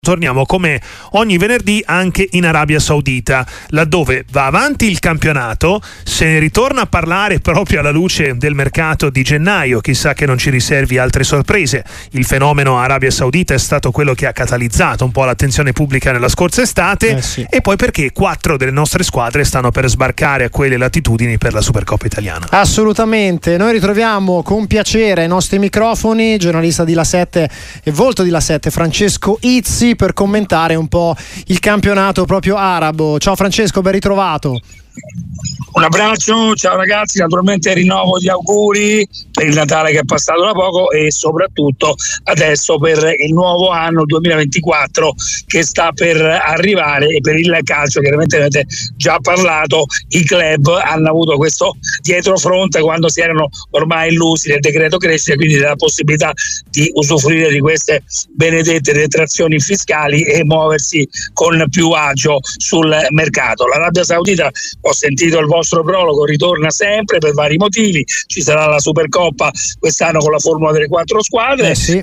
Torniamo come ogni venerdì anche in Arabia Saudita, laddove va avanti il campionato, se ne ritorna a parlare proprio alla luce del mercato di gennaio, chissà che non ci riservi altre sorprese. Il fenomeno Arabia Saudita è stato quello che ha catalizzato un po' l'attenzione pubblica nella scorsa estate, sì. E poi perché 4 delle nostre squadre stanno per sbarcare a quelle latitudini per la Supercoppa italiana. Assolutamente, noi ritroviamo con piacere ai nostri microfoni giornalista di La 7 e volto di La 7 Francesco Izzi per commentare un po' il campionato proprio arabo. Ciao Francesco, ben ritrovato. Un abbraccio, ciao ragazzi, naturalmente rinnovo gli auguri per il Natale che è passato da poco e soprattutto adesso per il nuovo anno 2024 che sta per arrivare, e per il calcio chiaramente avete già parlato, i club hanno avuto questo dietrofront quando si erano ormai illusi del decreto crescita, quindi della possibilità di usufruire di queste benedette detrazioni fiscali e muoversi con più agio sul mercato. L'Arabia Saudita, ho sentito il vostro prologo, ritorna sempre per vari motivi. Ci sarà la Supercoppa quest'anno con la formula delle 4 squadre, sì.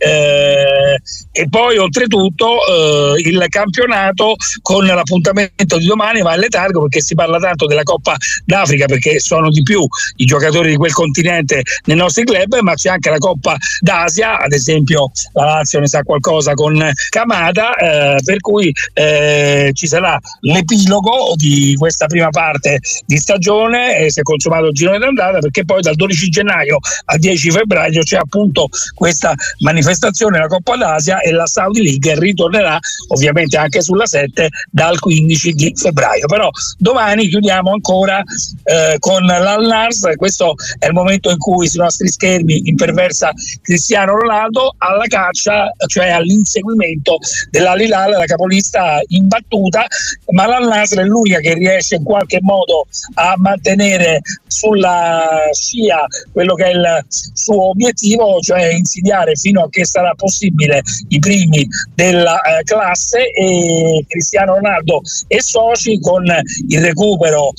E poi oltretutto il campionato con l'appuntamento di domani va in letargo perché si parla tanto della Coppa d'Africa, perché sono di più i giocatori di quel continente nei nostri club, ma c'è anche la Coppa d'Asia, ad esempio la Lazio ne sa qualcosa con Kamada, per cui ci sarà l'epilogo di questa prima parte di stagione e si è consumato il girone d'andata, perché poi dal 12 gennaio al 10 febbraio c'è appunto questa manifestazione, la Coppa d'Asia, e la Saudi League ritornerà ovviamente anche sulla 7 dal 15 di febbraio. Però domani chiudiamo ancora con l'Al-Nassr. Questo è il momento in cui sui nostri schermi imperversa Cristiano Ronaldo alla caccia, cioè all'inseguimento dell'Al-Hilal, la capolista imbattuta, ma l'Al-Nassr è l'unica che riesce in qualche modo a mantenere sulla scia quello che è il suo obiettivo, cioè insidiare fino a che sarà possibile i primi della classe, e Cristiano Ronaldo e soci, con il recupero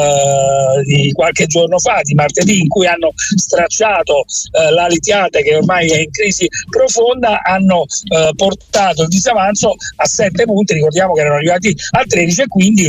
di qualche giorno fa, di martedì, in cui hanno stracciato l'Al-Ittihad, che ormai è in crisi profonda, hanno portato il disavanzo a 7 punti, ricordiamo che erano arrivati a 13, e quindi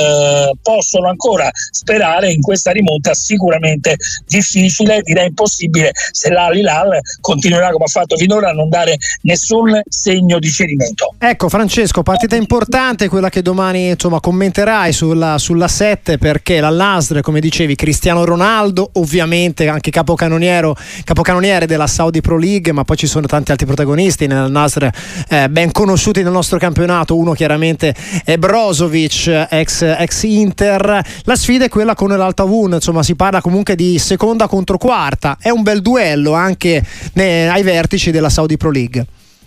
possono ancora sperare in questa rimonta sicuramente difficile, direi impossibile, se l'Al-Hilal continuerà come ha fatto finora a non dare nessun segno di cedimento. Ecco Francesco, partita importante quella che domani commenterai sulla 7, perché l'Al-Nassr, come dicevi, Cristiano Ronaldo ovviamente anche capocannoniere della Saudi Pro League, ma poi ci sono tanti altri protagonisti nell'Al-Nassr ben conosciuti nel nostro campionato. Uno chiaramente è Brozovic, ex Inter. La sfida è quella con l'Al-Tawun, si parla comunque di seconda contro quarta, è un bel duello anche ai vertici della Saudi Pro League.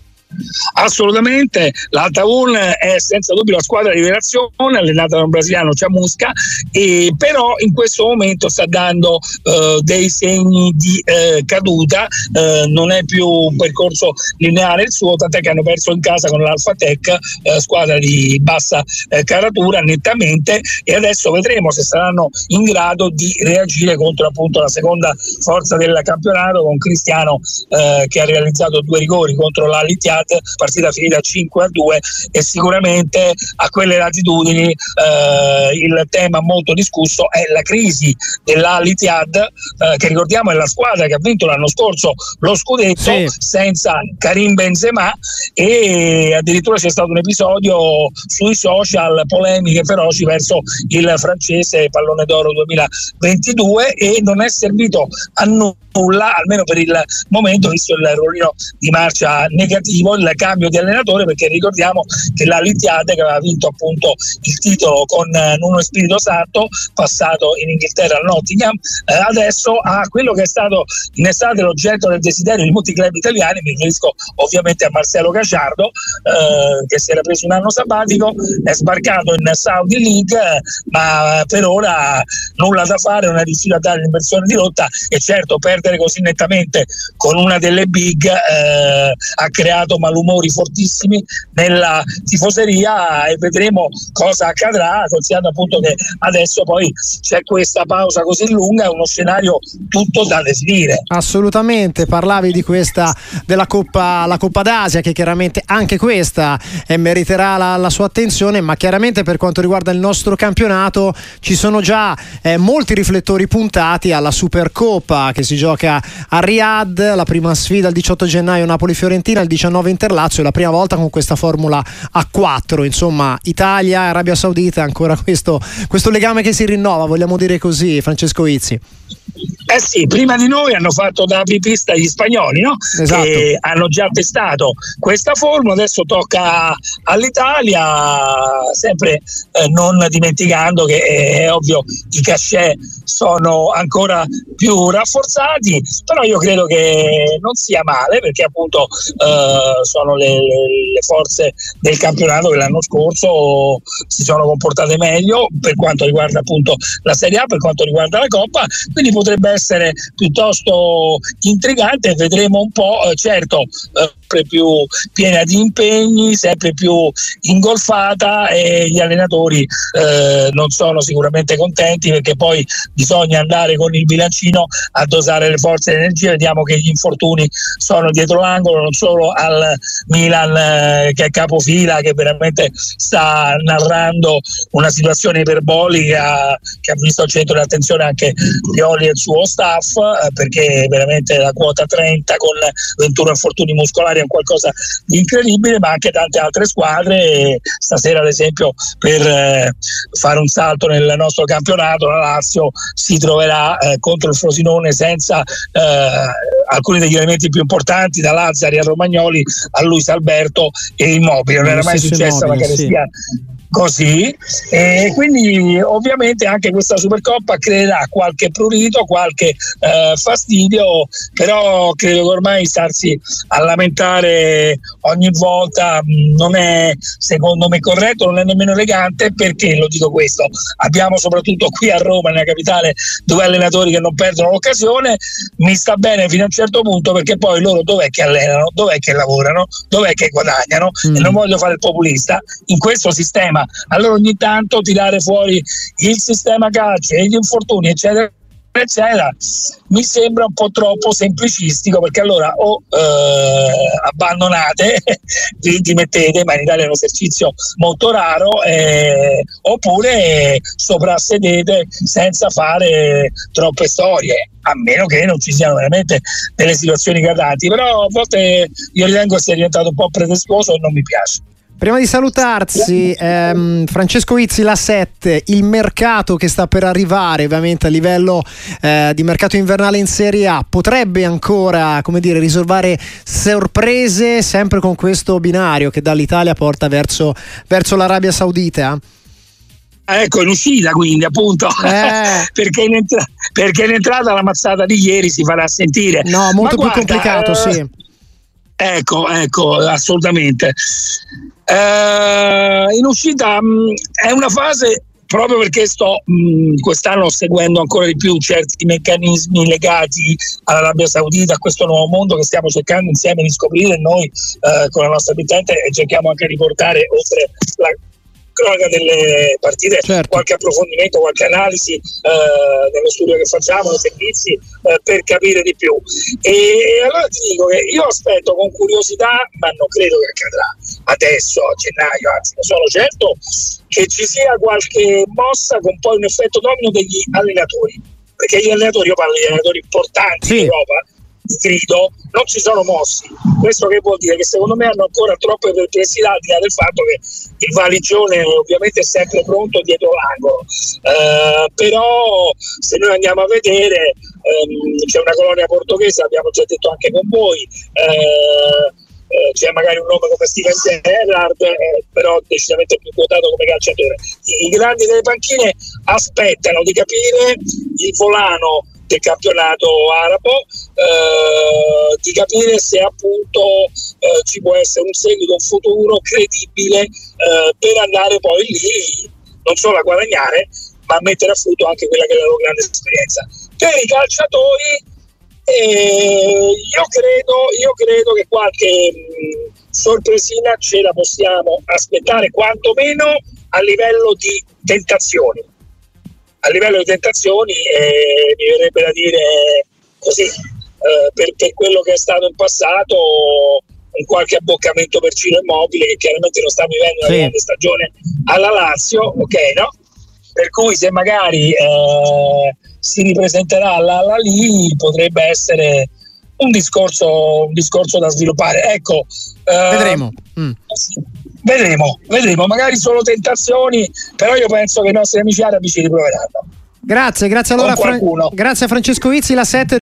Assolutamente, l'Al-Tawun è senza dubbio la squadra di rivelazione, allenata da un brasiliano, Chamusca, e però in questo momento sta dando dei segni di caduta, non è più un percorso lineare il suo, tant'è che hanno perso in casa con l'Alpha Tech, squadra di bassa caratura nettamente, e adesso vedremo se saranno in grado di reagire contro appunto la seconda forza del campionato, con Cristiano che ha realizzato 2 rigori contro l'Al-Ittihad, partita finita 5-2, e sicuramente a quelle latitudini il tema molto discusso è la crisi dell'Al-Ittihad, che ricordiamo è la squadra che ha vinto l'anno scorso lo scudetto, sì, senza Karim Benzema, e addirittura c'è stato un episodio sui social, polemiche feroci verso il francese pallone d'oro 2022, e non è servito a nulla, almeno per il momento, visto il rollino di marcia negativo, il cambio di allenatore, perché ricordiamo che l'Al-Ittihad, che aveva vinto appunto il titolo con Nuno Espirito Santo, passato in Inghilterra al Nottingham, adesso ha quello che è stato in estate l'oggetto del desiderio di molti club italiani. Mi riferisco ovviamente a Marcelo Gallardo, che si era preso un anno sabbatico, è sbarcato in Saudi League, ma per ora nulla da fare, non è riuscito a dare l'impressione di rotta, e certo perdere perdere così nettamente con una delle big ha creato malumori fortissimi nella tifoseria, e vedremo cosa accadrà, considerando appunto che adesso poi c'è questa pausa così lunga, è uno scenario tutto da definire. Assolutamente, parlavi di questa la Coppa d'Asia, che chiaramente anche questa meriterà la sua attenzione, ma chiaramente per quanto riguarda il nostro campionato ci sono già molti riflettori puntati alla Supercoppa che si gioca a Riyadh, la prima sfida il 18 gennaio Napoli-Fiorentina, il 19 Inter-Lazio, la prima volta con questa formula a 4, insomma Italia e Arabia Saudita, ancora questo legame che si rinnova, vogliamo dire così, Francesco Izzi. Sì, prima di noi hanno fatto da apripista gli spagnoli, no? Esatto. Che hanno già testato questa formula, adesso tocca all'Italia, sempre non dimenticando che è ovvio i cachet sono ancora più rafforzati, però io credo che non sia male, perché appunto sono le forze del campionato che l'anno scorso si sono comportate meglio per quanto riguarda appunto la Serie A, per quanto riguarda la Coppa, quindi potrebbe essere piuttosto intrigante. Vedremo un po', certo, sempre più piena di impegni, sempre più ingolfata, e gli allenatori non sono sicuramente contenti, perché poi bisogna andare con il bilancino a dosare le forze e le energie. Vediamo che gli infortuni sono dietro l'angolo, non solo al Milan che è capofila, che veramente sta narrando una situazione iperbolica che ha visto al centro dell'attenzione anche Pioli e il suo staff, perché veramente la quota 30 con 21 infortuni muscolari è un qualcosa di incredibile, ma anche tante altre squadre. Stasera ad esempio, per fare un salto nel nostro campionato, la Lazio si troverà contro il Frosinone senza alcuni degli elementi più importanti, da Lazzari a Romagnoli a Luis Alberto e Immobile. Non era mai successa una carestia così, e quindi ovviamente anche questa Supercoppa creerà qualche prurito, qualche fastidio, però credo che ormai starsi a lamentare ogni volta non è, secondo me, corretto, non è nemmeno elegante. Perché lo dico questo? Abbiamo soprattutto qui a Roma, nella capitale, due allenatori che non perdono l'occasione. Mi sta bene fino a un certo punto, perché poi loro dov'è che allenano, dov'è che lavorano, dov'è che guadagnano, e non voglio fare il populista in questo sistema. Allora ogni tanto tirare fuori il sistema calcio e gli infortuni eccetera eccetera mi sembra un po' troppo semplicistico, perché allora o abbandonate, vi mettete, ma in Italia è un esercizio molto raro, oppure soprassedete senza fare troppe storie, a meno che non ci siano veramente delle situazioni gradanti. Però a volte io ritengo che sia diventato un po' pretestuoso e non mi piace. Prima di salutarsi, Francesco Izzi, la 7, il mercato che sta per arrivare ovviamente a livello di mercato invernale in Serie A potrebbe ancora, come dire, riservare sorprese, sempre con questo binario che dall'Italia porta verso l'Arabia Saudita? Ecco, in uscita quindi appunto perché in entrata la mazzata di ieri si farà sentire. No, molto più complicato, sì. Ecco, assolutamente. In uscita è una fase, proprio perché sto quest'anno seguendo ancora di più certi meccanismi legati all'Arabia Saudita, a questo nuovo mondo che stiamo cercando insieme di scoprire noi con la nostra emittente, e cerchiamo anche di portare, oltre la cronaca delle partite, certo, qualche approfondimento, qualche analisi nello studio che facciamo, nei servizi, per capire di più. E allora ti dico che io aspetto con curiosità, ma non credo che accadrà adesso a gennaio, anzi ne sono certo, che ci sia qualche mossa con poi un effetto domino degli allenatori, perché gli allenatori, io parlo di allenatori importanti in Europa, grido, non si sono mossi. Questo che vuol dire? Che secondo me hanno ancora troppe perplessità, al di là del fatto che il valigione ovviamente è sempre pronto dietro l'angolo, però se noi andiamo a vedere, c'è una colonia portoghese, l'abbiamo già detto anche con voi, c'è magari un nome come Steven Gerrard, però decisamente più quotato come calciatore. I grandi delle panchine aspettano di capire il volano del campionato arabo, di capire se appunto ci può essere un seguito, un futuro credibile, per andare poi lì non solo a guadagnare, ma a mettere a frutto anche quella che è la loro grande esperienza. Per i calciatori Io credo che qualche sorpresina ce la possiamo aspettare, quantomeno a livello di tentazioni. A livello di tentazioni mi verrebbe da dire così, per quello che è stato in passato, un qualche abboccamento per Ciro Immobile, che chiaramente non sta vivendo una grande stagione alla Lazio, ok, no? Per cui se magari si ripresenterà alla lì, potrebbe essere un discorso da sviluppare. Ecco, vedremo. Vedremo, magari solo tentazioni, però io penso che i nostri amici arabi ci riproveranno. Grazie allora grazie a Francesco Izzi, la 7